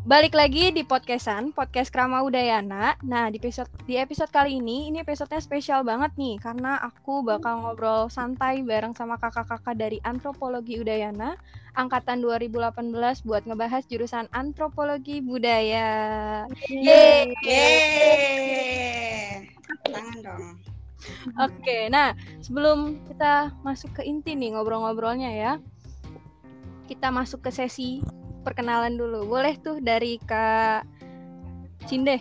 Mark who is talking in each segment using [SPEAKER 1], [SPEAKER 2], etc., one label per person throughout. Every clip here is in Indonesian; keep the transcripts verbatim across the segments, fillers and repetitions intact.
[SPEAKER 1] Balik lagi di podcastan, podcast Krama Udayana. Nah, di episode di episode kali ini, ini episodenya spesial banget nih karena aku bakal ngobrol santai bareng sama kakak-kakak dari Antropologi Udayana angkatan dua ribu delapan belas buat ngebahas jurusan Antropologi Budaya.
[SPEAKER 2] Yeay. Yeay. Tangan dong.
[SPEAKER 1] Oke, nah sebelum kita masuk ke inti nih ngobrol-ngobrolnya ya, kita masuk ke sesi perkenalan dulu. Boleh tuh dari Kak Cinde.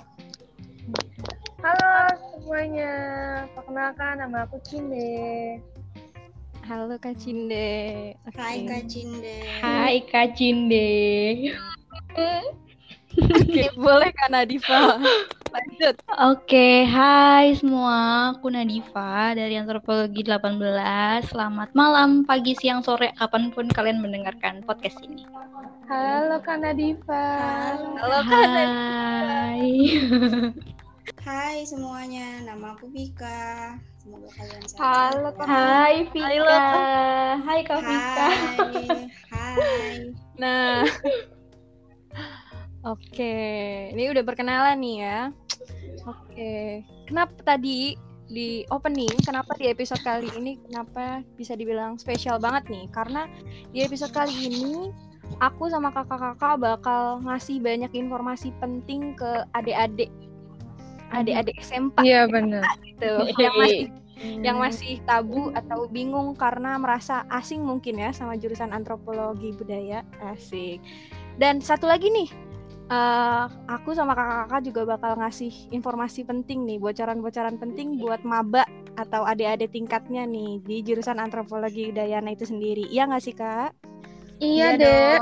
[SPEAKER 3] Halo semuanya, perkenalkan nama aku Cinde.
[SPEAKER 1] Halo Kak Cinde.
[SPEAKER 2] Okay. Hai Kak Cinde.
[SPEAKER 4] Hai Kak Cinde.
[SPEAKER 1] Oke, boleh Kak Nadifa. Lanjut.
[SPEAKER 4] Oke, hai semua. Aku Nadifa dari Antropologi delapan belas. Selamat malam, pagi, siang, sore, kapanpun kalian mendengarkan podcast ini.
[SPEAKER 3] Halo Kak Nadifa.
[SPEAKER 1] Halo Kak Nadifa.
[SPEAKER 4] Hai.
[SPEAKER 2] Hai semuanya, nama aku Vika. Semoga kalian sehat.
[SPEAKER 3] Halo Kak.
[SPEAKER 4] Hai Vika.
[SPEAKER 1] Halo.
[SPEAKER 4] Hai Kak Vika.
[SPEAKER 2] Hai. Hai.
[SPEAKER 1] Nah. Oke, ini udah perkenalan nih ya. Oke, kenapa tadi di opening, kenapa di episode kali ini, kenapa bisa dibilang spesial banget nih? Karena di episode kali ini, aku sama kakak-kakak bakal ngasih banyak informasi penting ke adik-adik, adik-adik S M P.
[SPEAKER 3] Iya benar.
[SPEAKER 1] Gitu, yang masih yang masih tabu atau bingung karena merasa asing mungkin ya sama jurusan Antropologi Budaya. Asik. Dan satu lagi nih. Uh, aku sama kakak-kakak juga bakal ngasih informasi penting nih, bocoran-bocoran penting buat maba atau adik-adik tingkatnya nih di jurusan Antropologi Udayana itu sendiri. Iya nggak sih Kak?
[SPEAKER 3] Iya, Dek.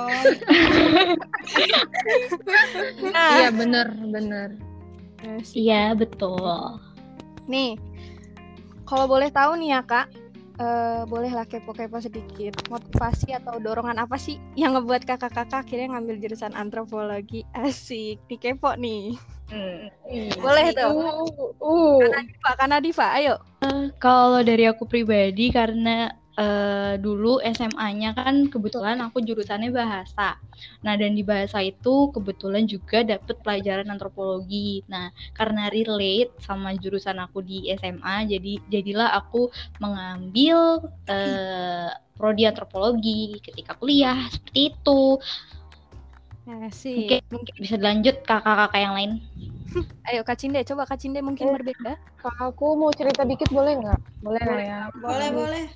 [SPEAKER 1] Nah,
[SPEAKER 3] iya benar, benar.
[SPEAKER 4] Iya betul.
[SPEAKER 1] Nih, kalau boleh tahu nih ya Kak, Uh, bolehlah kepo-kepo sedikit. Motivasi atau dorongan apa sih yang ngebuat kakak-kakak akhirnya ngambil jurusan antropologi? Asik, nih kepo nih. Hmm. Boleh tuh.
[SPEAKER 3] Uh, uh.
[SPEAKER 1] Kak Nadifa, ayo.
[SPEAKER 4] Uh, kalau dari aku pribadi karena uh, dulu S M A-nya kan kebetulan aku jurusannya bahasa. Nah, dan di bahasa itu kebetulan juga dapet pelajaran antropologi. Nah, karena relate sama jurusan aku di S M A, jadi jadilah aku mengambil uh, prodi antropologi ketika kuliah seperti itu.
[SPEAKER 1] Asik.
[SPEAKER 4] Mungkin, mungkin bisa dilanjut kakak-kakak yang lain.
[SPEAKER 1] Ayo Kak Cinde, coba Kak Cinde mungkin
[SPEAKER 3] eh,
[SPEAKER 1] berbeda.
[SPEAKER 3] Kak, aku mau cerita dikit boleh nggak? Boleh nggak ya?
[SPEAKER 2] Boleh, boleh.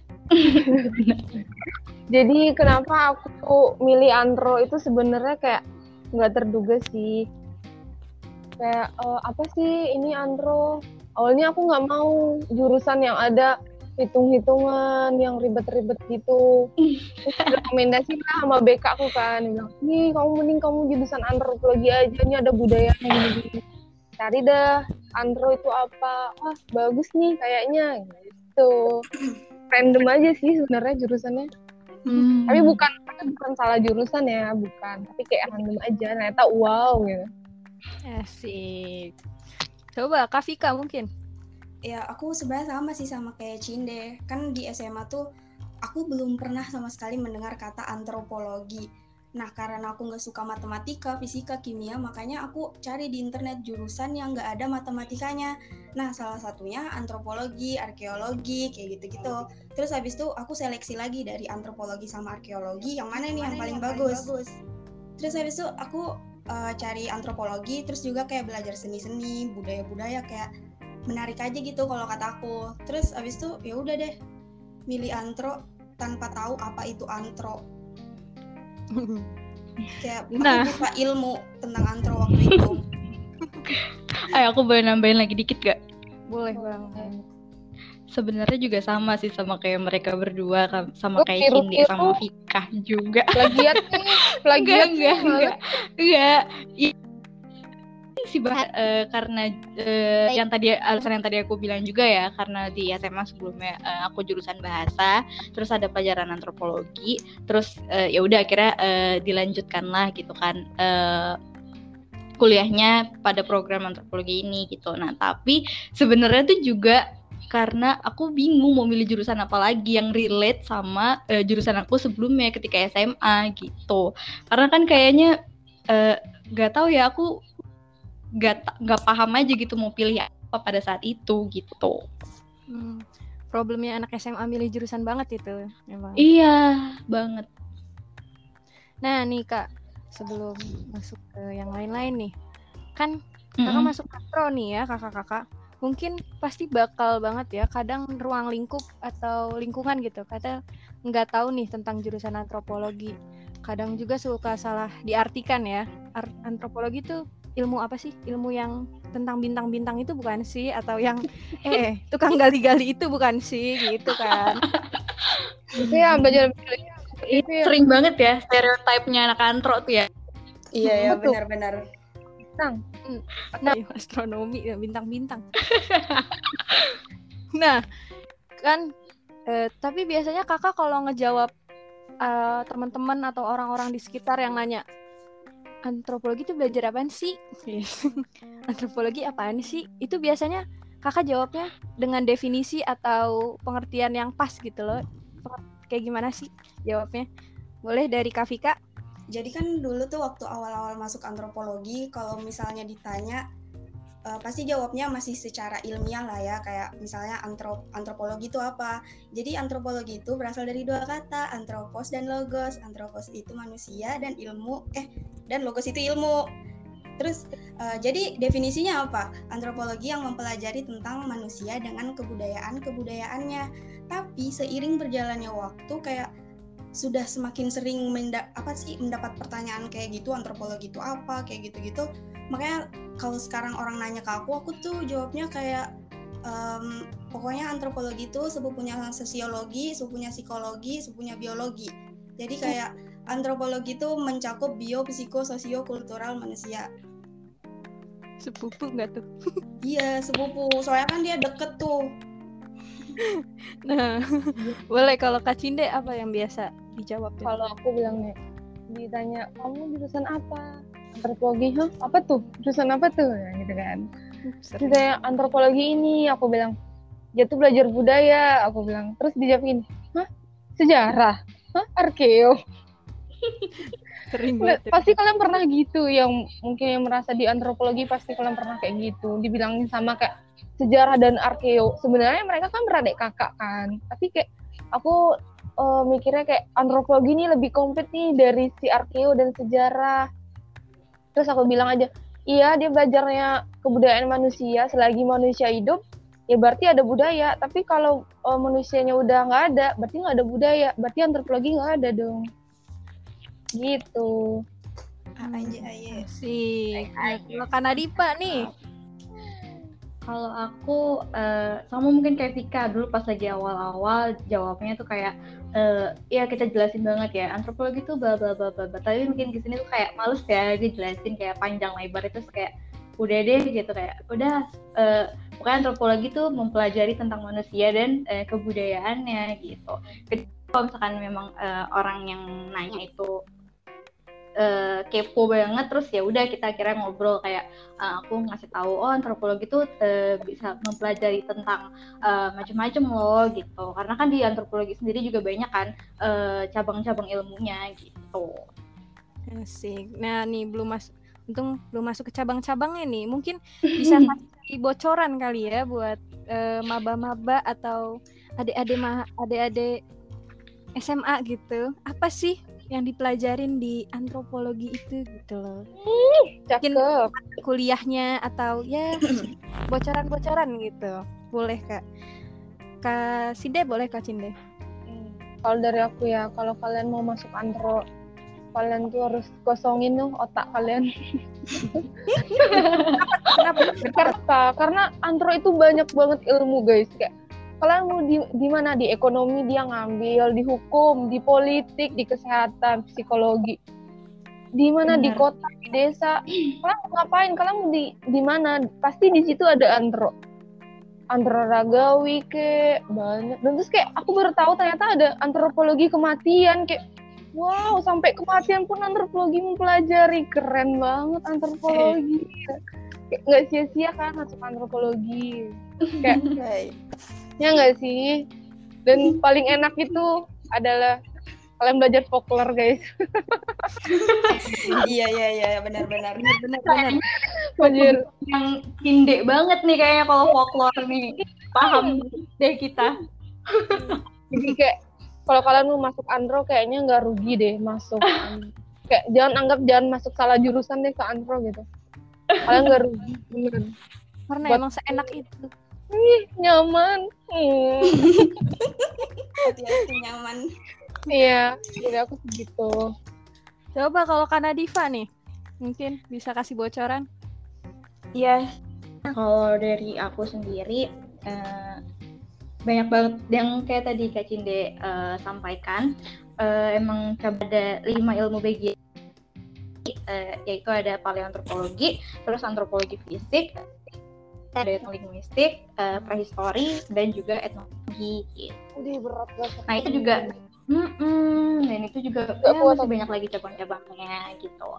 [SPEAKER 3] Jadi kenapa aku milih antro itu sebenarnya kayak nggak terduga sih. Kayak uh, apa sih ini antro? Awalnya aku nggak mau jurusan yang ada hitung-hitungan yang ribet-ribet gitu. Terus rekomendasi lah sama B K aku kan, dia bilang, nih kamu mending kamu jurusan antropologi aja, ini ada budayanya gini-gini. Cari dah antro itu apa? Wah bagus nih kayaknya gitu. Random aja sih sebenarnya jurusannya. Hmm. Tapi bukan bukan salah jurusan ya, bukan. Tapi kayak random aja, ternyata wow gitu.
[SPEAKER 1] Asik. Coba Kak Vika mungkin.
[SPEAKER 2] Ya aku sebenarnya sama sih sama kayak Cinde. Kan di S M A tuh aku belum pernah sama sekali mendengar kata antropologi. Nah karena aku gak suka matematika, fisika, kimia, makanya aku cari di internet jurusan yang gak ada matematikanya. Nah salah satunya antropologi, arkeologi, kayak gitu-gitu. Terus habis itu aku seleksi lagi dari antropologi sama arkeologi, yang mana nih yang, yang paling, yang bagus. paling bagus. Terus habis itu aku uh, cari antropologi, terus juga kayak belajar seni-seni, budaya-budaya, kayak menarik aja gitu kalau kata aku. Terus habis itu ya udah deh milih antro tanpa tahu apa itu antro. Kayak nah. Aku buka ilmu tentang antro waktu itu.
[SPEAKER 4] Ayo aku boleh nambahin lagi dikit gak?
[SPEAKER 1] Boleh banget.
[SPEAKER 4] Sebenarnya juga sama sih sama kayak mereka berdua, sama kayak Cinde sama Vika juga.
[SPEAKER 3] Plagiat nih, plagiat
[SPEAKER 4] enggak, enggak, enggak. sih bah uh, karena uh, yang tadi alasan yang tadi aku bilang juga ya, karena di S M A sebelumnya uh, aku jurusan bahasa, terus ada pelajaran antropologi, terus uh, ya udah akhirnya uh, dilanjutkan lah gitu kan uh, kuliahnya pada program antropologi ini gitu. Nah tapi sebenarnya tuh juga karena aku bingung mau milih jurusan apa lagi yang relate sama uh, jurusan aku sebelumnya ketika S M A gitu, karena kan kayaknya uh, gak tahu ya, aku gak gak paham aja gitu mau pilih apa pada saat itu gitu.
[SPEAKER 1] Hmm, problemnya anak S M A milih jurusan banget itu memang.
[SPEAKER 4] Iya banget.
[SPEAKER 1] Nah nih Kak, sebelum masuk ke yang lain-lain nih, kan kakak
[SPEAKER 4] Mm-mm.
[SPEAKER 1] masuk astro nih ya kakak-kakak, mungkin pasti bakal banget ya kadang ruang lingkup atau lingkungan gitu kata nggak tahu nih tentang jurusan antropologi, kadang juga suka salah diartikan ya. Ar- antropologi itu ilmu apa sih, ilmu yang tentang bintang-bintang itu bukan sih, atau yang eh tukang gali-gali itu bukan sih gitu kan.
[SPEAKER 3] Itu ya belajar
[SPEAKER 4] Itu ya. Sering banget ya stereotipnya anak antro tuh ya.
[SPEAKER 2] Iya ya,
[SPEAKER 3] Betul.
[SPEAKER 2] benar-benar.
[SPEAKER 3] Bintang.
[SPEAKER 1] Nah, astronomi ya, bintang-bintang. Nah, kan eh, tapi biasanya kakak kalau ngejawab eh, teman-teman atau orang-orang di sekitar yang nanya, antropologi itu belajar apaan sih? Antropologi apaan sih? Itu biasanya kakak jawabnya dengan definisi atau pengertian yang pas gitu loh. Kayak gimana sih jawabnya? Boleh dari Kak Vika?
[SPEAKER 2] Jadi kan dulu tuh waktu awal-awal masuk antropologi, kalau misalnya ditanya, uh, pasti jawabnya masih secara ilmiah lah ya, kayak misalnya antrop- antropologi itu apa. Jadi antropologi itu berasal dari dua kata, antropos dan logos. Antropos itu manusia dan ilmu, eh dan logos itu ilmu. Terus uh, jadi definisinya apa? Antropologi yang mempelajari tentang manusia dengan kebudayaan-kebudayaannya. Tapi seiring berjalannya waktu kayak sudah semakin sering menda- apa sih mendapat pertanyaan kayak gitu, antropologi itu apa, kayak gitu-gitu. Makanya kalau sekarang orang nanya ke aku, aku tuh jawabnya kayak um, pokoknya antropologi itu sepupunya sosiologi, sepupunya psikologi, sepupunya biologi. Jadi kayak antropologi itu mencakup bio, psiko, sosio, kultural manusia.
[SPEAKER 1] Sepupu nggak tuh?
[SPEAKER 2] Iya, sepupu. Soalnya kan dia deket tuh.
[SPEAKER 1] Nah, boleh kalau Kak Cinde apa yang biasa dijawab?
[SPEAKER 3] Kalau aku bilangnya, ditanya kamu jurusan apa? Antropologi, huh? Apa tuh? Jurusan apa tuh? Ya, gitu kan. Ditanya antropologi ini, aku bilang, dia tuh belajar budaya. Aku bilang, terus dijawab gini, hah? Sejarah? Hah? Arkeo?
[SPEAKER 1] Sering banget.
[SPEAKER 3] Pasti kalian pernah gitu, yang mungkin yang merasa di antropologi pasti kalian pernah kayak gitu. Dibilangin sama kayak sejarah dan arkeo. Sebenarnya mereka kan beradik kakak kan. Tapi kayak aku uh, mikirnya kayak antropologi ini lebih komplit nih dari si arkeo dan sejarah. Terus aku bilang aja, iya dia belajarnya kebudayaan manusia, selagi manusia hidup ya berarti ada budaya. Tapi kalau uh, manusianya udah nggak ada, berarti nggak ada budaya. Berarti antropologi nggak ada dong. Gitu.
[SPEAKER 2] Aja aja
[SPEAKER 1] sih. Kalau Kak Nadipa nih.
[SPEAKER 4] Kalau aku uh, sama mungkin kayak Vika dulu pas lagi awal-awal jawabnya tuh kayak uh, ya kita jelasin banget ya antropologi tuh bla bla bla bla. Tapi mungkin kesini tuh kayak males ya dijelasin kayak panjang lebar, itu kayak udah deh gitu, kayak udah uh, pokoknya antropologi tuh mempelajari tentang manusia dan uh, kebudayaannya gitu. Kalau misalkan memang uh, orang yang nanya itu Uh, kepo banget, terus ya udah kita kira ngobrol kayak uh, aku ngasih tahu oh antropologi itu uh, bisa mempelajari tentang uh, macam-macam loh gitu, karena kan di antropologi sendiri juga banyak kan uh, cabang-cabang ilmunya gitu.
[SPEAKER 1] Asik. Nah nih belum masuk, untung belum masuk ke cabang-cabangnya nih, mungkin bisa kasih bocoran kali ya buat uh, maba-maba atau adik-adik ma- adik-adik S M A gitu, apa sih yang dipelajarin di antropologi itu gitu loh.
[SPEAKER 3] Mungkin
[SPEAKER 1] kuliahnya atau ya bocoran-bocoran gitu. Boleh Kak. Kak Cinde boleh Kak Cinde.
[SPEAKER 3] Hmm. Kalau dari aku ya, kalau kalian mau masuk antro, kalian tuh harus kosongin tuh otak kalian.
[SPEAKER 1] Kenapa?
[SPEAKER 3] Kenapa? Karena antro itu banyak banget ilmu guys. Kayak kalian mau di di mana, di ekonomi dia ngambil, di hukum, di politik, di kesehatan, psikologi, di mana, di kota, di desa, kalian mau ngapain, kalian mau di di mana, pasti di situ ada antro, antro ragawi kayak banyak. Dan terus kayak aku baru tahu ternyata ada antropologi kematian, kayak wow, sampai kematian pun antropologi mempelajari, keren banget antropologi. Kayak nggak sia-sia kan masuk antropologi, kayak ya nggak sih. Dan paling enak itu adalah Kalian belajar folklore guys.
[SPEAKER 2] Iya iya iya benar-benar.
[SPEAKER 1] Benar benar.
[SPEAKER 3] Anjir.
[SPEAKER 4] Yang cinde banget nih kayaknya kalau folklore nih. Paham deh kita.
[SPEAKER 3] Jadi kayak kalau kalian mau masuk Andro kayaknya nggak rugi deh masuk. Kayak jangan anggap jangan masuk salah jurusan deh ke Andro gitu. Kalian nggak rugi beneran.
[SPEAKER 1] Karena
[SPEAKER 3] Buat-
[SPEAKER 1] emang seenak itu.
[SPEAKER 3] Ih, nyaman. Hmm.
[SPEAKER 2] Hati-hati nyaman.
[SPEAKER 3] Iya, jadi aku segitu.
[SPEAKER 1] Coba kalau Kana Diva nih, mungkin bisa kasih bocoran.
[SPEAKER 4] Iya. Kalau dari aku sendiri eh, banyak banget yang kayak tadi Kak Cinde eh, sampaikan. Eh, emang coba ada lima ilmu B G eh, yaitu ada paleoantropologi, terus antropologi fisik, ada etnolinguistik, eh, prehistori, dan juga etnologi. Gitu.
[SPEAKER 3] Udah berat banget.
[SPEAKER 4] Nah itu juga, mm-mm, dan itu juga
[SPEAKER 3] Gak
[SPEAKER 4] ya,
[SPEAKER 3] kuat
[SPEAKER 4] masih
[SPEAKER 3] aku.
[SPEAKER 4] banyak lagi cabang-cabangnya gitu.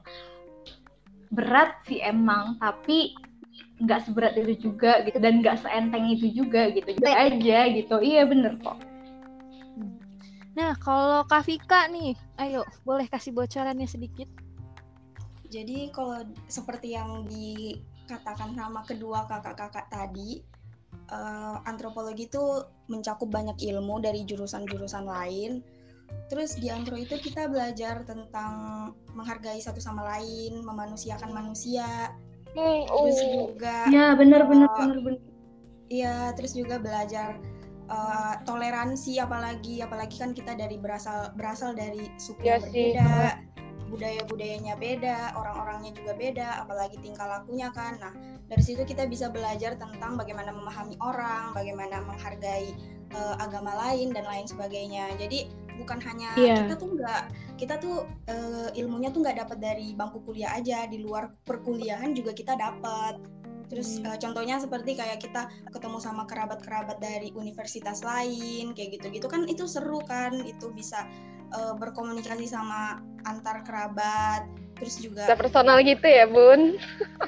[SPEAKER 4] Berat sih emang, tapi nggak seberat itu juga gitu, dan nggak seenteng itu juga gitu. Juga aja gitu. Iya bener kok.
[SPEAKER 1] Nah, kalau Kak Vika nih, ayo boleh kasih bocorannya sedikit.
[SPEAKER 2] Jadi kalau seperti yang dikatakan sama kedua kakak-kakak tadi, uh, antropologi itu mencakup banyak ilmu dari jurusan-jurusan lain. Terus di antro itu kita belajar tentang menghargai satu sama lain, memanusiakan manusia.
[SPEAKER 3] Hmm,
[SPEAKER 2] Terus
[SPEAKER 3] oh.
[SPEAKER 2] juga
[SPEAKER 4] Ya bener bener
[SPEAKER 2] uh,
[SPEAKER 4] bener bener.
[SPEAKER 2] Iya, terus juga belajar uh, toleransi, apalagi apalagi kan kita dari berasal berasal dari suku
[SPEAKER 3] Iya
[SPEAKER 2] yang
[SPEAKER 3] sih,
[SPEAKER 2] berbeda, budaya-budayanya beda, orang-orangnya juga beda, apalagi tingkah lakunya kan. Nah, dari situ kita bisa belajar tentang bagaimana memahami orang, bagaimana menghargai uh, agama lain dan lain sebagainya. Jadi bukan hanya
[SPEAKER 4] Iya.
[SPEAKER 2] kita tuh nggak kita tuh uh, ilmunya tuh nggak dapat dari bangku kuliah aja, di luar perkuliahan juga kita dapat. Terus uh, contohnya seperti kayak kita ketemu sama kerabat-kerabat dari universitas lain, kayak gitu-gitu kan itu seru kan, itu bisa uh, berkomunikasi sama antar kerabat. Terus juga
[SPEAKER 3] Bisa personal gitu ya, Bun.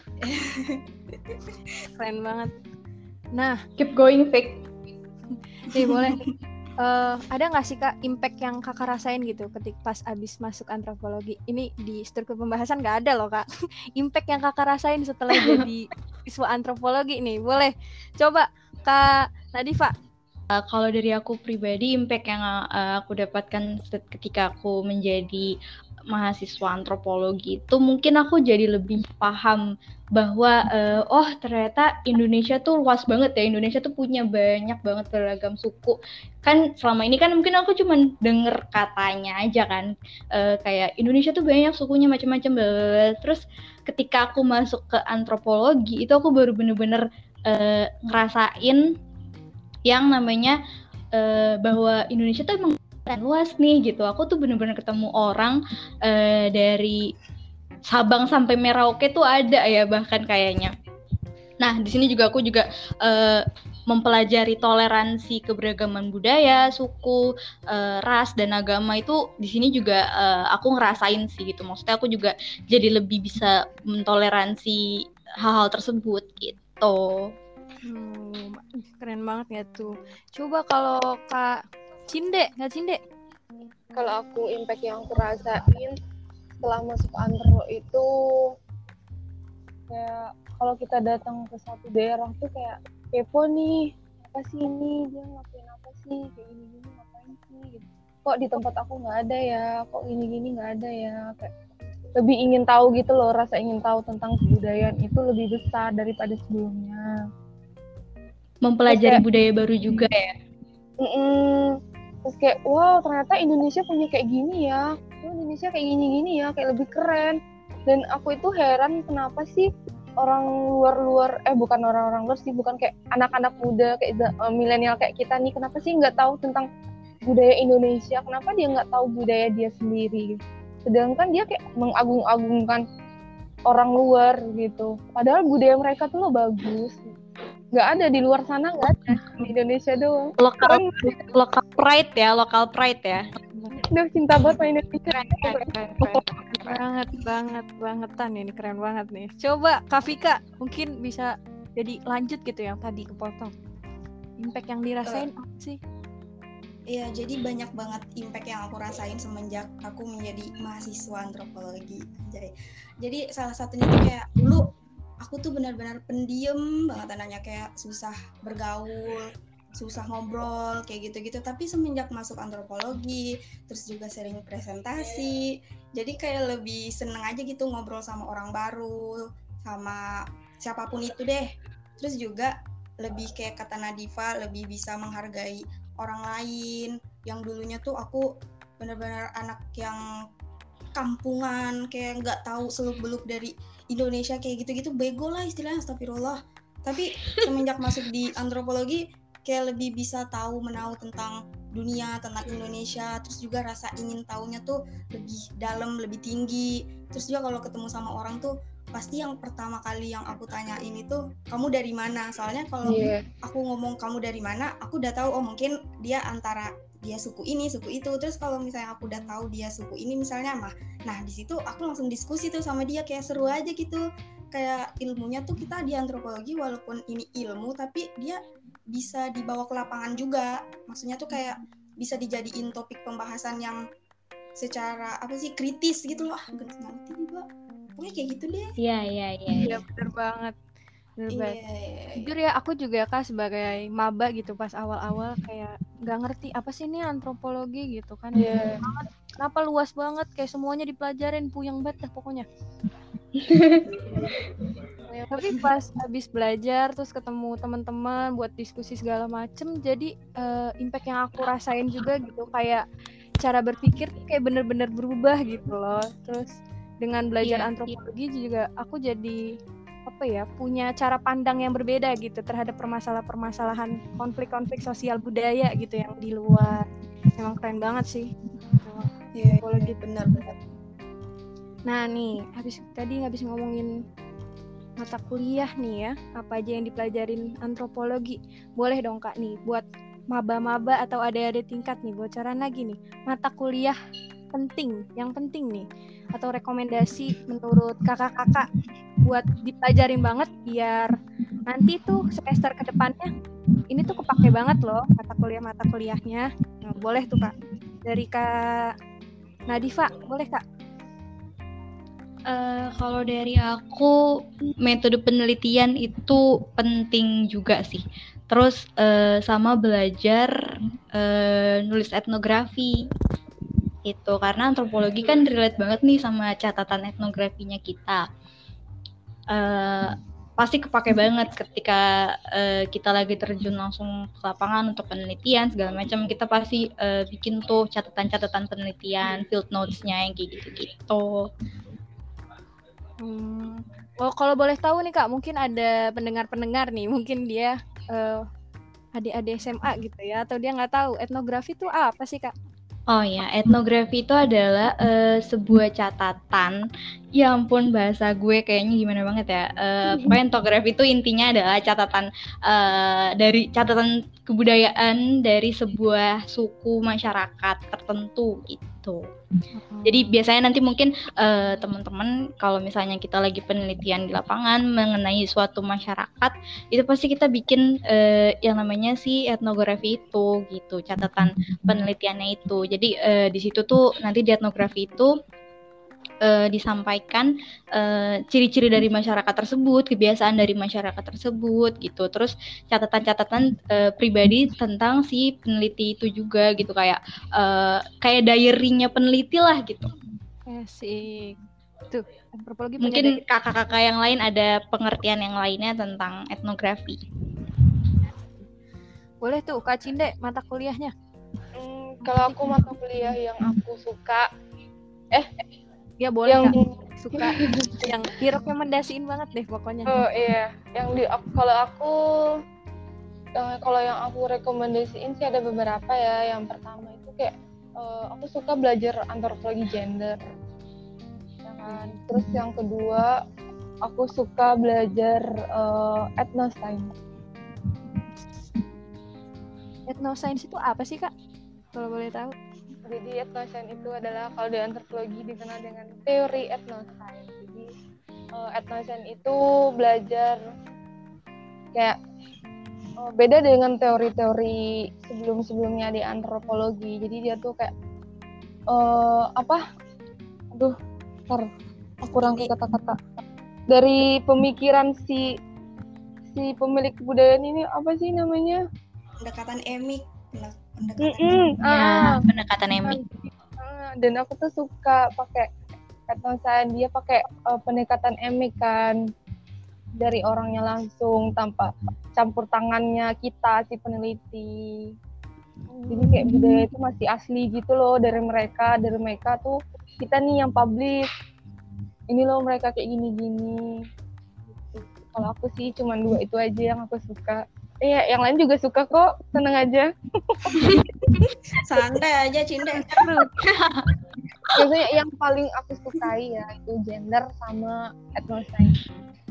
[SPEAKER 1] Keren banget. Nah,
[SPEAKER 4] Keep going fake.
[SPEAKER 1] nih boleh. Uh, ada nggak sih Kak impact yang Kakak rasain gitu ketika pas abis masuk antropologi? Ini di struktur pembahasan nggak ada loh Kak. Impact yang Kakak rasain setelah jadi siswa antropologi nih, boleh coba Kak Nadifa.
[SPEAKER 4] Uh, kalau dari aku pribadi, impact yang uh, aku dapatkan ketika aku menjadi mahasiswa antropologi itu mungkin aku jadi lebih paham bahwa uh, oh ternyata Indonesia tuh luas banget ya, Indonesia tuh punya banyak banget beragam suku. Kan selama ini kan mungkin aku cuma denger katanya aja kan, uh, kayak Indonesia tuh banyak sukunya macam-macam. Terus ketika aku masuk ke antropologi itu aku baru bener-bener uh, ngerasain yang namanya uh, bahwa Indonesia tuh emang luas nih gitu. Aku tuh bener-bener ketemu orang uh, dari Sabang sampai Merauke tuh ada ya bahkan kayaknya. Nah di sini juga aku juga uh, mempelajari toleransi keberagaman budaya, suku, uh, ras dan agama itu di sini juga uh, aku ngerasain sih gitu. Maksudnya aku juga jadi lebih bisa mentoleransi hal-hal tersebut gitu.
[SPEAKER 1] Hmm, keren banget ya tuh. Coba kalau Kak Cinde, Kak Cinde.
[SPEAKER 3] Kalau aku impact yang aku rasain setelah masuk antro itu kayak kalau kita datang ke satu daerah tuh kayak kepo nih, apa sih ini, dia ngelakuin apa sih, kayak gini-gini ngapain sih gitu. Kok di tempat aku nggak ada ya, kok gini-gini nggak ada ya, kayak lebih ingin tahu gitu loh, rasa ingin tahu tentang kebudayaan itu lebih besar daripada sebelumnya.
[SPEAKER 4] Mempelajari
[SPEAKER 3] kayak,
[SPEAKER 4] budaya baru juga ya.
[SPEAKER 3] Mm-mm. Terus kayak wow ternyata Indonesia punya kayak gini ya, oh, Indonesia kayak gini-gini ya, kayak lebih keren. Dan aku itu heran kenapa sih orang luar-luar, eh bukan orang-orang luar sih, bukan kayak anak-anak muda kayak uh, milenial kayak kita nih, kenapa sih nggak tahu tentang budaya Indonesia, kenapa dia nggak tahu budaya dia sendiri, sedangkan dia kayak mengagung-agungkan orang luar gitu, padahal budaya mereka tuh loh bagus, nggak ada di luar sana, nggak ada di Indonesia doang.
[SPEAKER 4] Lokal lokal pride ya, lokal pride ya.
[SPEAKER 3] Udah cinta banget sama Indonesia.
[SPEAKER 1] Keren, keren, keren, keren. banget banget bangetan ini, keren banget nih. Coba Kak Vika mungkin bisa jadi lanjut gitu yang tadi kepotong. Impact yang dirasain apa sih?
[SPEAKER 2] Iya, jadi banyak banget impact yang aku rasain semenjak aku menjadi mahasiswa antropologi. Jadi, jadi salah satunya tuh kayak dulu aku tuh benar-benar pendiam banget anaknya, kayak susah bergaul, susah ngobrol, kayak gitu-gitu. Tapi semenjak masuk antropologi, terus juga sering presentasi, jadi kayak lebih seneng aja gitu ngobrol sama orang baru, sama siapapun itu deh. Terus juga lebih kayak kata Nadifa, lebih bisa menghargai orang lain. Yang dulunya tuh aku benar-benar anak yang kampungan, kayak nggak tahu seluk-beluk dari Indonesia, kayak gitu-gitu, bego lah istilahnya, astagfirullah. Tapi semenjak masuk di antropologi kayak lebih bisa tahu menahu tentang dunia, tentang Indonesia, terus juga rasa ingin tahunya tuh lebih dalam, lebih tinggi. Terus juga kalau ketemu sama orang tuh pasti yang pertama kali yang aku tanyain itu, kamu dari mana? Soalnya kalau yeah. aku ngomong kamu dari mana, aku udah tahu oh mungkin dia antara dia suku ini, suku itu. Terus kalau misalnya aku udah tahu dia suku ini misalnya mah, nah di situ aku langsung diskusi tuh sama dia, kayak seru aja gitu. Kayak ilmunya tuh kita di antropologi walaupun ini ilmu tapi dia bisa dibawa ke lapangan juga. Maksudnya tuh kayak bisa dijadiin topik pembahasan yang secara apa sih kritis gitu loh. Ah, gak ngerti juga. Pokoknya kayak gitu deh.
[SPEAKER 4] Iya, iya, iya.
[SPEAKER 1] Iya, bener banget. Bener banget. Jujur ya, aku juga Kak sebagai maba gitu pas awal-awal kayak nggak ngerti apa sih ini antropologi gitu kan. Iya. Yeah. Kenapa luas banget, kayak semuanya dipelajarin, puyeng banget dah pokoknya. Tapi pas habis belajar terus ketemu teman-teman buat diskusi segala macem, jadi uh, impact yang aku rasain juga gitu, kayak cara berpikir tuh kayak bener-bener berubah gitu loh. Terus dengan belajar yeah, antropologi yeah. juga aku jadi apa ya, punya cara pandang yang berbeda gitu terhadap permasalahan-permasalahan konflik-konflik sosial budaya gitu yang di luar. Emang keren banget sih.
[SPEAKER 2] Iya, antropologi benar-benar.
[SPEAKER 1] Nah nih, habis tadi habis ngomongin mata kuliah nih ya, apa aja yang dipelajarin antropologi. Boleh dong Kak nih buat maba-maba atau adik-adik tingkat nih, bocoran lagi nih mata kuliah penting, yang penting nih, atau rekomendasi menurut kakak-kakak buat dipelajarin banget biar nanti tuh semester kedepannya ini tuh kepake banget loh mata kuliah-mata kuliahnya. Nah, boleh tuh Kak, dari Kak Nadifa, boleh Kak?
[SPEAKER 4] Uh, kalau dari aku metode penelitian itu penting juga sih. Terus uh, sama belajar uh, nulis etnografi itu, karena antropologi kan relate banget nih sama catatan etnografinya kita. Uh, pasti kepake banget ketika uh, kita lagi terjun langsung ke lapangan untuk penelitian segala macam. Kita pasti uh, bikin tuh catatan-catatan penelitian, field notes-nya yang kayak gitu-gitu.
[SPEAKER 1] Hmm. Oh, kalau boleh tahu nih Kak, mungkin ada pendengar-pendengar nih, mungkin dia uh, adik-adik S M A gitu ya, atau dia nggak tahu etnografi itu apa sih Kak?
[SPEAKER 4] Oh ya, etnografi itu adalah uh, sebuah catatan. Ya ampun, bahasa gue kayaknya gimana banget ya. Uh, pokoknya etnografi itu intinya adalah catatan uh, dari catatan kebudayaan dari sebuah suku masyarakat tertentu gitu. Jadi biasanya nanti mungkin uh, teman-teman kalau misalnya kita lagi penelitian di lapangan mengenai suatu masyarakat, itu pasti kita bikin uh, yang namanya si etnografi itu gitu, catatan penelitiannya itu. Jadi uh, di situ tuh nanti di etnografi itu uh, disampaikan uh, ciri-ciri dari masyarakat tersebut, kebiasaan dari masyarakat tersebut gitu. Terus catatan-catatan uh, pribadi tentang si peneliti itu juga gitu, kayak uh, kayak diary-nya peneliti lah gitu.
[SPEAKER 1] Asik. Tuh, antropologi
[SPEAKER 4] mungkin kakak-kakak yang lain ada pengertian yang lainnya tentang etnografi.
[SPEAKER 1] Boleh tuh Kak Cinde mata kuliahnya.
[SPEAKER 3] Hmm, kalau aku mata kuliah yang aku suka eh
[SPEAKER 1] ya boleh yang Kak. Suka yang direkomendasiin banget deh pokoknya.
[SPEAKER 3] Oh iya, yang di kalau aku uh, kalau yang aku rekomendasiin sih ada beberapa ya. Yang pertama itu kayak uh, aku suka belajar antropologi gender. Ya kan? Terus yang kedua aku suka belajar uh, etnoscience.
[SPEAKER 1] Etnoscience itu apa sih Kak? Kalau boleh tahu.
[SPEAKER 3] Jadi etnoscience itu adalah kalau di antropologi dikenal dengan teori etnoscience. Jadi uh, etnoscience itu belajar kayak uh, beda dengan teori-teori sebelum-sebelumnya di antropologi. Jadi dia tuh kayak uh, apa? Aduh, ntar aku rangkai kata-kata. Dari pemikiran si si pemilik kebudayaan ini apa sih namanya?
[SPEAKER 2] Pendekatan emik. Pendekatan
[SPEAKER 3] Mm-mm,
[SPEAKER 4] Ya,
[SPEAKER 3] ah,
[SPEAKER 4] pendekatan emik.
[SPEAKER 3] ah, dan aku tuh suka pakai kata saya dia pakai uh, pendekatan emik kan, dari orangnya langsung tanpa campur tangannya kita si peneliti. Jadi kayak budaya itu masih asli gitu loh dari mereka, dari mereka tuh kita nih yang publish. Ini loh mereka kayak gini-gini. Kalau aku sih cuman dua itu aja yang aku suka. Iya, eh, yang lain juga suka kok, tenang aja.
[SPEAKER 2] Santai aja, Cinde.
[SPEAKER 3] Biasanya yang paling aku sukai ya itu gender sama etnoscience.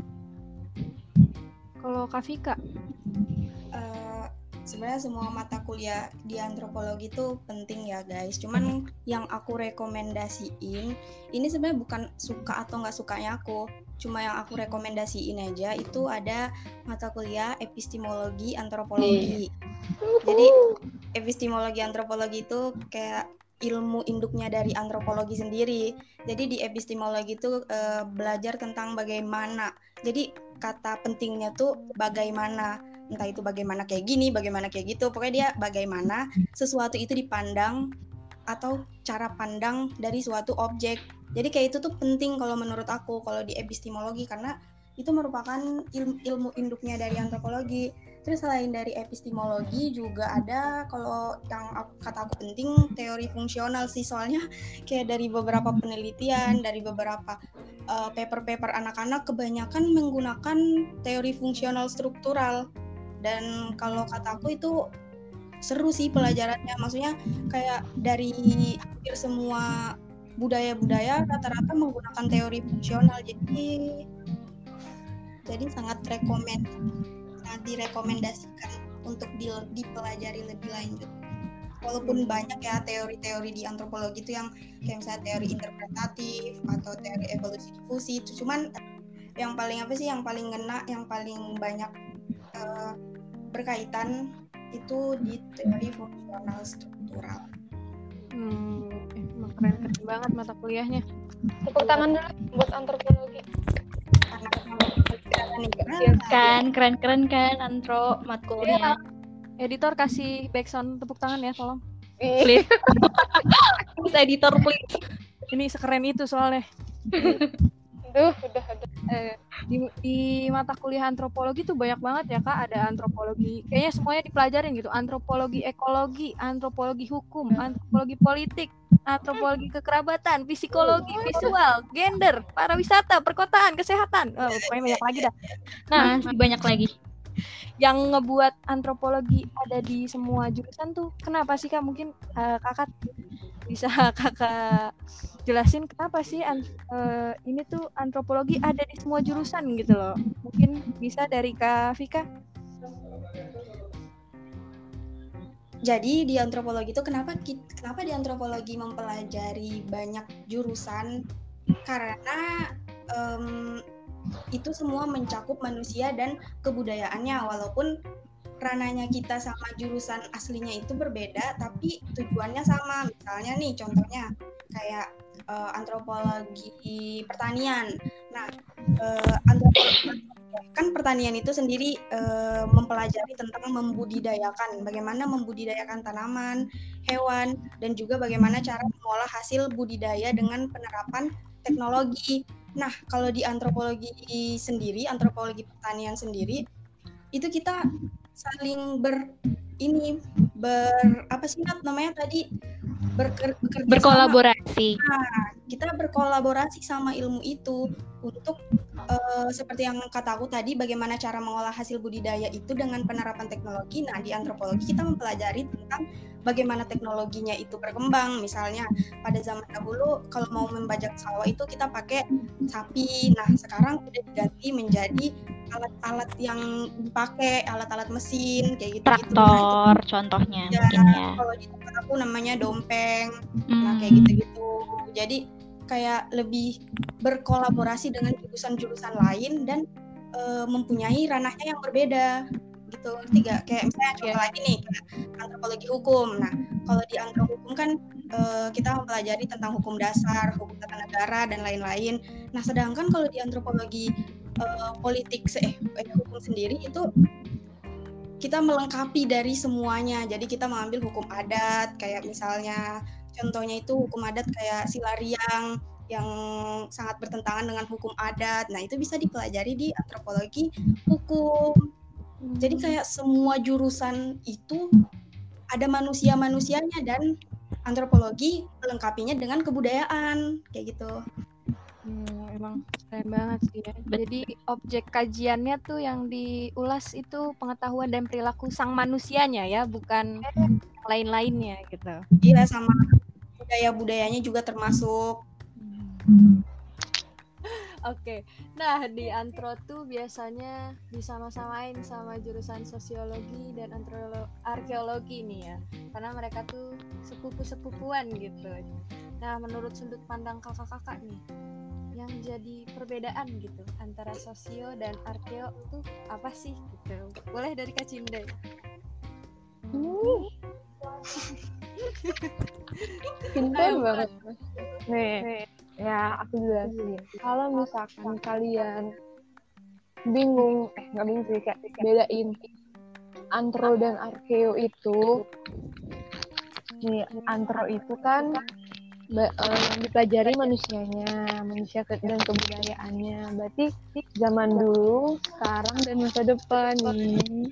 [SPEAKER 1] Kalau Kak Vika?
[SPEAKER 2] Uh, sebenarnya semua mata kuliah di antropologi itu penting ya guys. Cuman yang aku rekomendasiin, ini sebenarnya bukan suka atau nggak sukanya aku. Cuma yang aku rekomendasiin aja itu ada mata kuliah epistemologi antropologi. Jadi epistemologi antropologi itu kayak ilmu induknya dari antropologi sendiri. Jadi di epistemologi itu e, belajar tentang bagaimana. Jadi kata pentingnya tuh bagaimana. Entah itu bagaimana kayak gini, bagaimana kayak gitu. Pokoknya dia bagaimana sesuatu itu dipandang atau cara pandang dari suatu objek. Jadi kayak itu tuh penting kalau menurut aku kalau di epistemologi karena itu merupakan ilmu, ilmu induknya dari antropologi. Terus selain dari epistemologi juga ada kalau yang aku, kata aku penting teori fungsional sih soalnya kayak dari beberapa penelitian, dari beberapa uh, paper-paper anak-anak kebanyakan menggunakan teori fungsional struktural dan kalau kata aku itu seru sih pelajarannya. Maksudnya kayak dari hampir semua budaya-budaya rata-rata menggunakan teori fungsional jadi jadi sangat rekomend sangat direkomendasikan untuk di, dipelajari lebih lanjut walaupun banyak ya teori-teori di antropologi itu yang kayak misalnya teori interpretatif atau teori evolusi difusi itu cuman yang paling apa sih yang paling ngena yang paling banyak uh, berkaitan itu di teori fungsional struktural.
[SPEAKER 1] Hmm, emang keren-keren banget mata kuliahnya.
[SPEAKER 3] Tepuk tangan dulu buat antropologi.
[SPEAKER 2] Karena
[SPEAKER 4] kan keren-keren kan antro matkulnya.
[SPEAKER 1] Editor kasih backsound tepuk tangan ya tolong.
[SPEAKER 4] Please. Please editor please.
[SPEAKER 1] Ini sekeren itu soalnya.
[SPEAKER 3] Duh, udah ada.
[SPEAKER 1] Eh, di, di mata kuliah antropologi tuh banyak banget ya Kak, ada antropologi. Kayaknya semuanya dipelajarin gitu. Antropologi ekologi, antropologi hukum, antropologi politik, antropologi kekerabatan, psikologi, visual, gender, pariwisata, perkotaan, kesehatan. Oh, pokoknya banyak lagi dah. Nah,
[SPEAKER 4] Masih banyak lagi.
[SPEAKER 1] Yang ngebuat antropologi ada di semua jurusan tuh kenapa sih Kak? Mungkin uh, Kakak bisa Kakak jelasin kenapa sih an- uh, ini tuh antropologi ada di semua jurusan gitu loh. Mungkin bisa dari Kak Vika.
[SPEAKER 2] Jadi di antropologi itu kenapa kenapa di antropologi mempelajari banyak jurusan? Karena um, itu semua mencakup manusia dan kebudayaannya walaupun ranahnya kita sama jurusan aslinya itu berbeda tapi tujuannya sama. Misalnya nih contohnya kayak uh, antropologi pertanian. Nah, uh, antropologi kan pertanian itu sendiri uh, mempelajari tentang membudidayakan, bagaimana membudidayakan tanaman, hewan, dan juga bagaimana cara mengolah hasil budidaya dengan penerapan teknologi. Nah, kalau di antropologi sendiri, antropologi pertanian sendiri, itu kita saling ber ini ber apa sih namanya tadi Berker,
[SPEAKER 4] berkolaborasi.
[SPEAKER 2] Sama. Nah, kita berkolaborasi sama ilmu itu untuk uh, seperti yang kata aku tadi, bagaimana cara mengolah hasil budidaya itu dengan penerapan teknologi. Nah, di antropologi kita mempelajari tentang bagaimana teknologinya itu berkembang. Misalnya pada zaman dahulu kalau mau membajak sawah itu kita pakai sapi. Nah, sekarang sudah diganti menjadi alat-alat yang dipakai, alat-alat mesin kayak gitu.
[SPEAKER 4] Traktor gitu. Contohnya ya, mungkin ya.
[SPEAKER 2] Kalau di tempat aku namanya dompeng. Hmm. Nah, kayak gitu-gitu. Jadi kayak lebih berkolaborasi dengan jurusan-jurusan lain dan e, mempunyai ranahnya yang berbeda gitu, ngerti gak? Kayak misalnya contoh
[SPEAKER 1] Iya.
[SPEAKER 2] lagi nih, kayak antropologi hukum. Nah, kalau di antro hukum kan eh, kita mempelajari tentang hukum dasar, hukum tata negara dan lain-lain. Nah, sedangkan kalau di antropologi eh, politik se- eh, eh, hukum sendiri itu kita melengkapi dari semuanya. Jadi kita mengambil hukum adat, kayak misalnya contohnya itu hukum adat kayak Silariang yang sangat bertentangan dengan hukum adat. Nah, itu bisa dipelajari di antropologi hukum. Jadi kayak semua jurusan itu ada manusia-manusianya dan antropologi melengkapinya dengan kebudayaan kayak gitu.
[SPEAKER 1] Hmm, emang keren banget sih ya. Jadi objek kajiannya tuh yang diulas itu pengetahuan dan perilaku sang manusianya ya, bukan lain-lainnya gitu.
[SPEAKER 2] Iya, sama budaya-budayanya juga termasuk.
[SPEAKER 1] Oke, nah di antro tuh biasanya disama-samain sama jurusan sosiologi dan antro- arkeologi nih ya, karena mereka tuh sepupu-sepupuan gitu. Nah, menurut sudut pandang kakak-kakak nih, yang jadi perbedaan gitu antara sosio dan arkeo tuh apa sih gitu? Boleh dari Kak Cinde.
[SPEAKER 3] Pintar
[SPEAKER 1] Ayo,
[SPEAKER 3] banget. Nih, ya aku jelasin. Kalau misalkan kalian bingung, eh nggak bingung sih, kayak bedain antro dan arkeo itu. Nih, antro itu kan ba- eh, dipelajari manusianya, manusia ke- dan kebudayaannya. Berarti zaman dulu, sekarang, dan masa depan nih.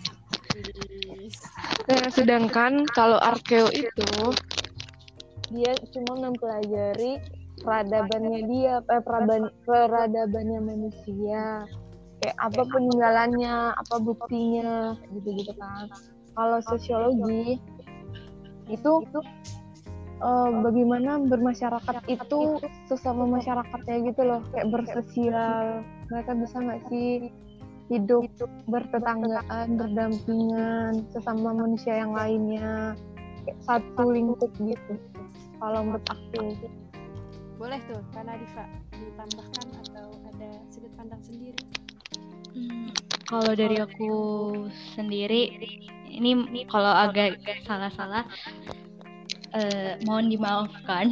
[SPEAKER 3] Nah, sedangkan kalau arkeo itu dia cuma mempelajari peradabannya dia, eh, peraban, peradabannya manusia, kayak apa peninggalannya, apa buktinya, gitu-gitu kan. Kalau sosiologi itu uh, bagaimana bermasyarakat itu sesama masyarakatnya gitu loh, kayak bersosial. Mereka bisa nggak sih hidup bertetanggaan, berdampingan sesama manusia yang lainnya, kayak satu lingkup gitu. Kalau menurut aku.
[SPEAKER 1] Boleh tuh, karena Diva ditambahkan atau ada sudut pandang sendiri.
[SPEAKER 4] Hmm, kalau dari aku sendiri, ini kalau agak salah-salah, uh, mohon dimaafkan.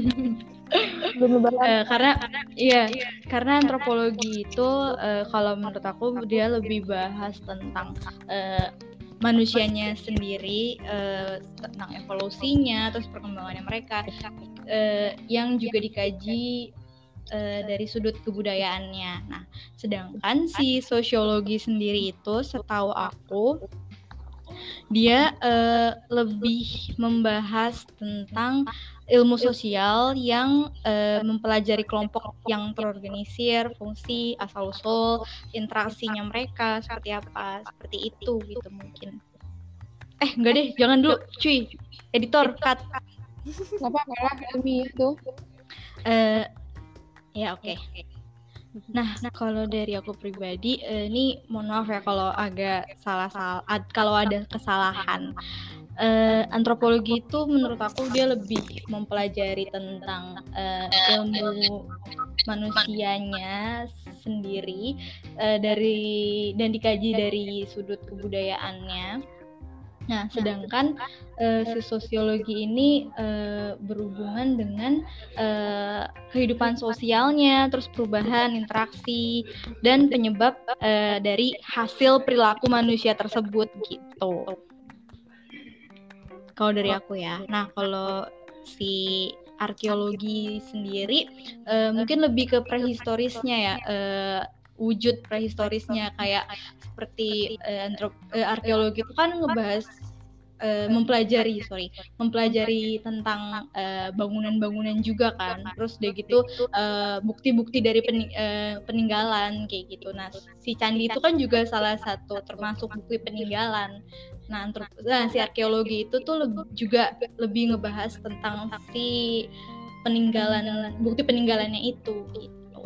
[SPEAKER 4] uh, karena iya, karena antropologi itu uh, kalau menurut aku dia lebih bahas tentang uh, manusianya sendiri, uh, tentang evolusinya, terus perkembangannya mereka, uh, yang juga dikaji uh, dari sudut kebudayaannya. Nah, sedangkan si sosiologi sendiri itu, setahu aku, dia uh, lebih membahas tentang ilmu sosial yang uh, mempelajari kelompok yang terorganisir, fungsi, asal-usul, interaksinya mereka seperti apa, seperti itu gitu mungkin. Eh, enggak deh, jangan dulu, cuy. Editor, cut.
[SPEAKER 3] Nggak apa-apa lah, ilmiah tuh.
[SPEAKER 4] Uh, ya, oke. Okay. Nah, kalau dari aku pribadi, uh, ini mohon maaf ya kalau agak salah-salah, ad, kalau ada kesalahan. Uh, antropologi itu menurut aku dia lebih mempelajari tentang uh, ilmu manusianya sendiri uh, dari dan dikaji dari sudut kebudayaannya. Nah, sedangkan uh, si sosiologi ini uh, berhubungan dengan uh, kehidupan sosialnya, terus perubahan, interaksi, dan penyebab uh, dari hasil perilaku manusia tersebut gitu. Kalau dari aku ya. Nah, kalau si arkeologi sendiri uh, mungkin lebih ke prehistorisnya ya, uh, wujud prehistorisnya, kayak seperti uh, antrop- uh, arkeologi itu kan ngebahas uh, mempelajari sorry mempelajari tentang uh, bangunan-bangunan juga kan, terus udah gitu uh, bukti-bukti dari pen- uh, peninggalan kayak gitu. Nah, si candi itu kan juga salah satu termasuk bukti peninggalan. Nah, antrop- nah si arkeologi itu tuh lebih, juga lebih ngebahas tentang si peninggalan, bukti peninggalannya itu gitu.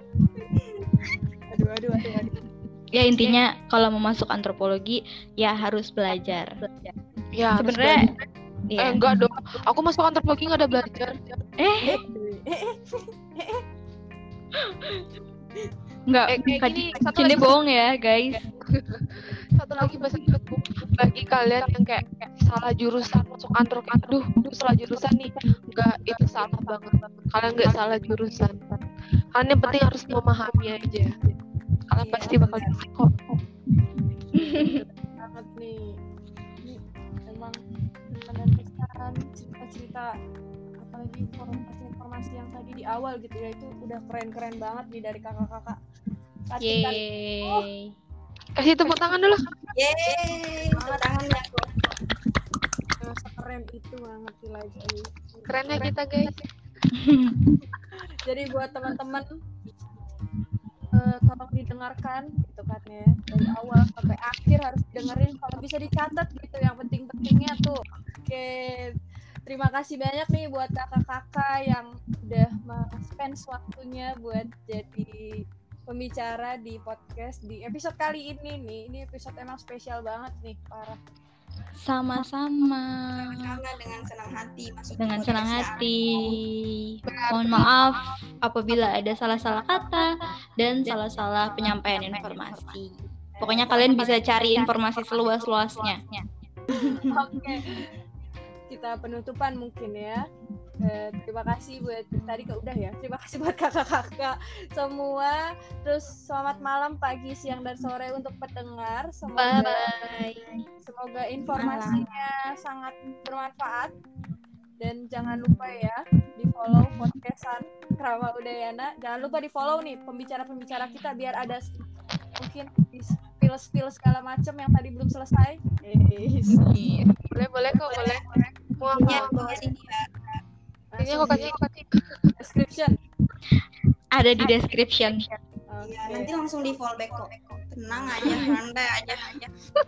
[SPEAKER 1] Aduh, aduh, aduh, aduh.
[SPEAKER 4] Ya intinya kalau mau masuk antropologi ya harus belajar.
[SPEAKER 3] Ya,
[SPEAKER 4] sebenarnya
[SPEAKER 3] ya. Eh enggak dong, aku masuk antropologi nggak ada belajar.
[SPEAKER 4] Eh, Enggak,
[SPEAKER 3] eh,
[SPEAKER 4] Kak Cinde bohong ya guys.
[SPEAKER 3] Satu satu lagi bahasa aku bagi kalian yang kayak salah jurusan masuk antro, aduh, aduh salah jurusan nih, enggak, itu salah banget. Kalian nggak salah jurusan. Kalian yang penting harus memahami aja. Kalian
[SPEAKER 2] Iya,
[SPEAKER 3] pasti bakal bisa kok.
[SPEAKER 1] Banget nih. Ini emang pesan-pesan cerita-cerita apalagi informasi-informasi yang tadi di awal gitu ya, itu udah keren-keren banget nih dari kakak-kakak. Pastikan
[SPEAKER 4] Yeay.
[SPEAKER 3] Kasih tepuk tangan dulu.
[SPEAKER 2] Yeay, tepuk tangan ya.
[SPEAKER 1] keren itu banget sih lagi.
[SPEAKER 3] Kerennya kita guys.
[SPEAKER 1] Jadi buat teman-teman uh, tolong didengarkan gitu kan ya, dari awal sampai akhir harus dengerin, kalau bisa dicatat gitu yang penting-pentingnya tuh. Oke, terima kasih banyak nih buat kakak-kakak yang udah spend waktunya buat jadi pembicara di podcast di episode kali ini nih. Ini episode emang spesial banget nih, parah.
[SPEAKER 4] Sama-sama.
[SPEAKER 2] Sama dengan senang hati masuk
[SPEAKER 4] Dengan
[SPEAKER 2] ke
[SPEAKER 4] senang
[SPEAKER 2] podcast
[SPEAKER 4] hati. Mohon maaf apabila ada salah-salah kata dan salah-salah penyampaian informasi. Pokoknya kalian bisa cari informasi seluas-luasnya.
[SPEAKER 1] Oke, kita penutupan mungkin ya. Eh, terima kasih buat tadi ke udah ya. Terima kasih buat kakak-kakak semua. Terus selamat malam, pagi, siang dan sore untuk pendengar. Semoga
[SPEAKER 4] Bye.
[SPEAKER 1] semoga informasinya sangat bermanfaat. Dan jangan lupa ya di follow podcastan Krama Udayana. Jangan lupa di follow nih pembicara-pembicara kita biar ada mungkin spill-spill segala macam yang tadi belum selesai. Eh,
[SPEAKER 3] Boleh boleh kok boleh. Mau
[SPEAKER 2] Ya,
[SPEAKER 3] aku
[SPEAKER 2] bawa sini ya.
[SPEAKER 3] ini aku kasih
[SPEAKER 1] description.
[SPEAKER 4] Ada di description.
[SPEAKER 1] Oke.
[SPEAKER 2] Iya, nanti langsung di fallback kok. Tenang aja, santai aja aja.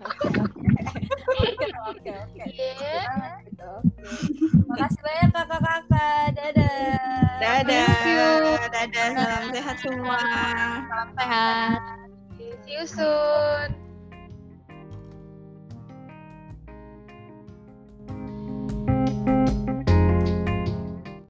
[SPEAKER 1] Oke, oke, oke. Gitu. Makasih banyak kakak-kakak. Dadah.
[SPEAKER 2] Dadah. Dadah, salam sehat semua.
[SPEAKER 4] Salam sehat.
[SPEAKER 3] see you soon.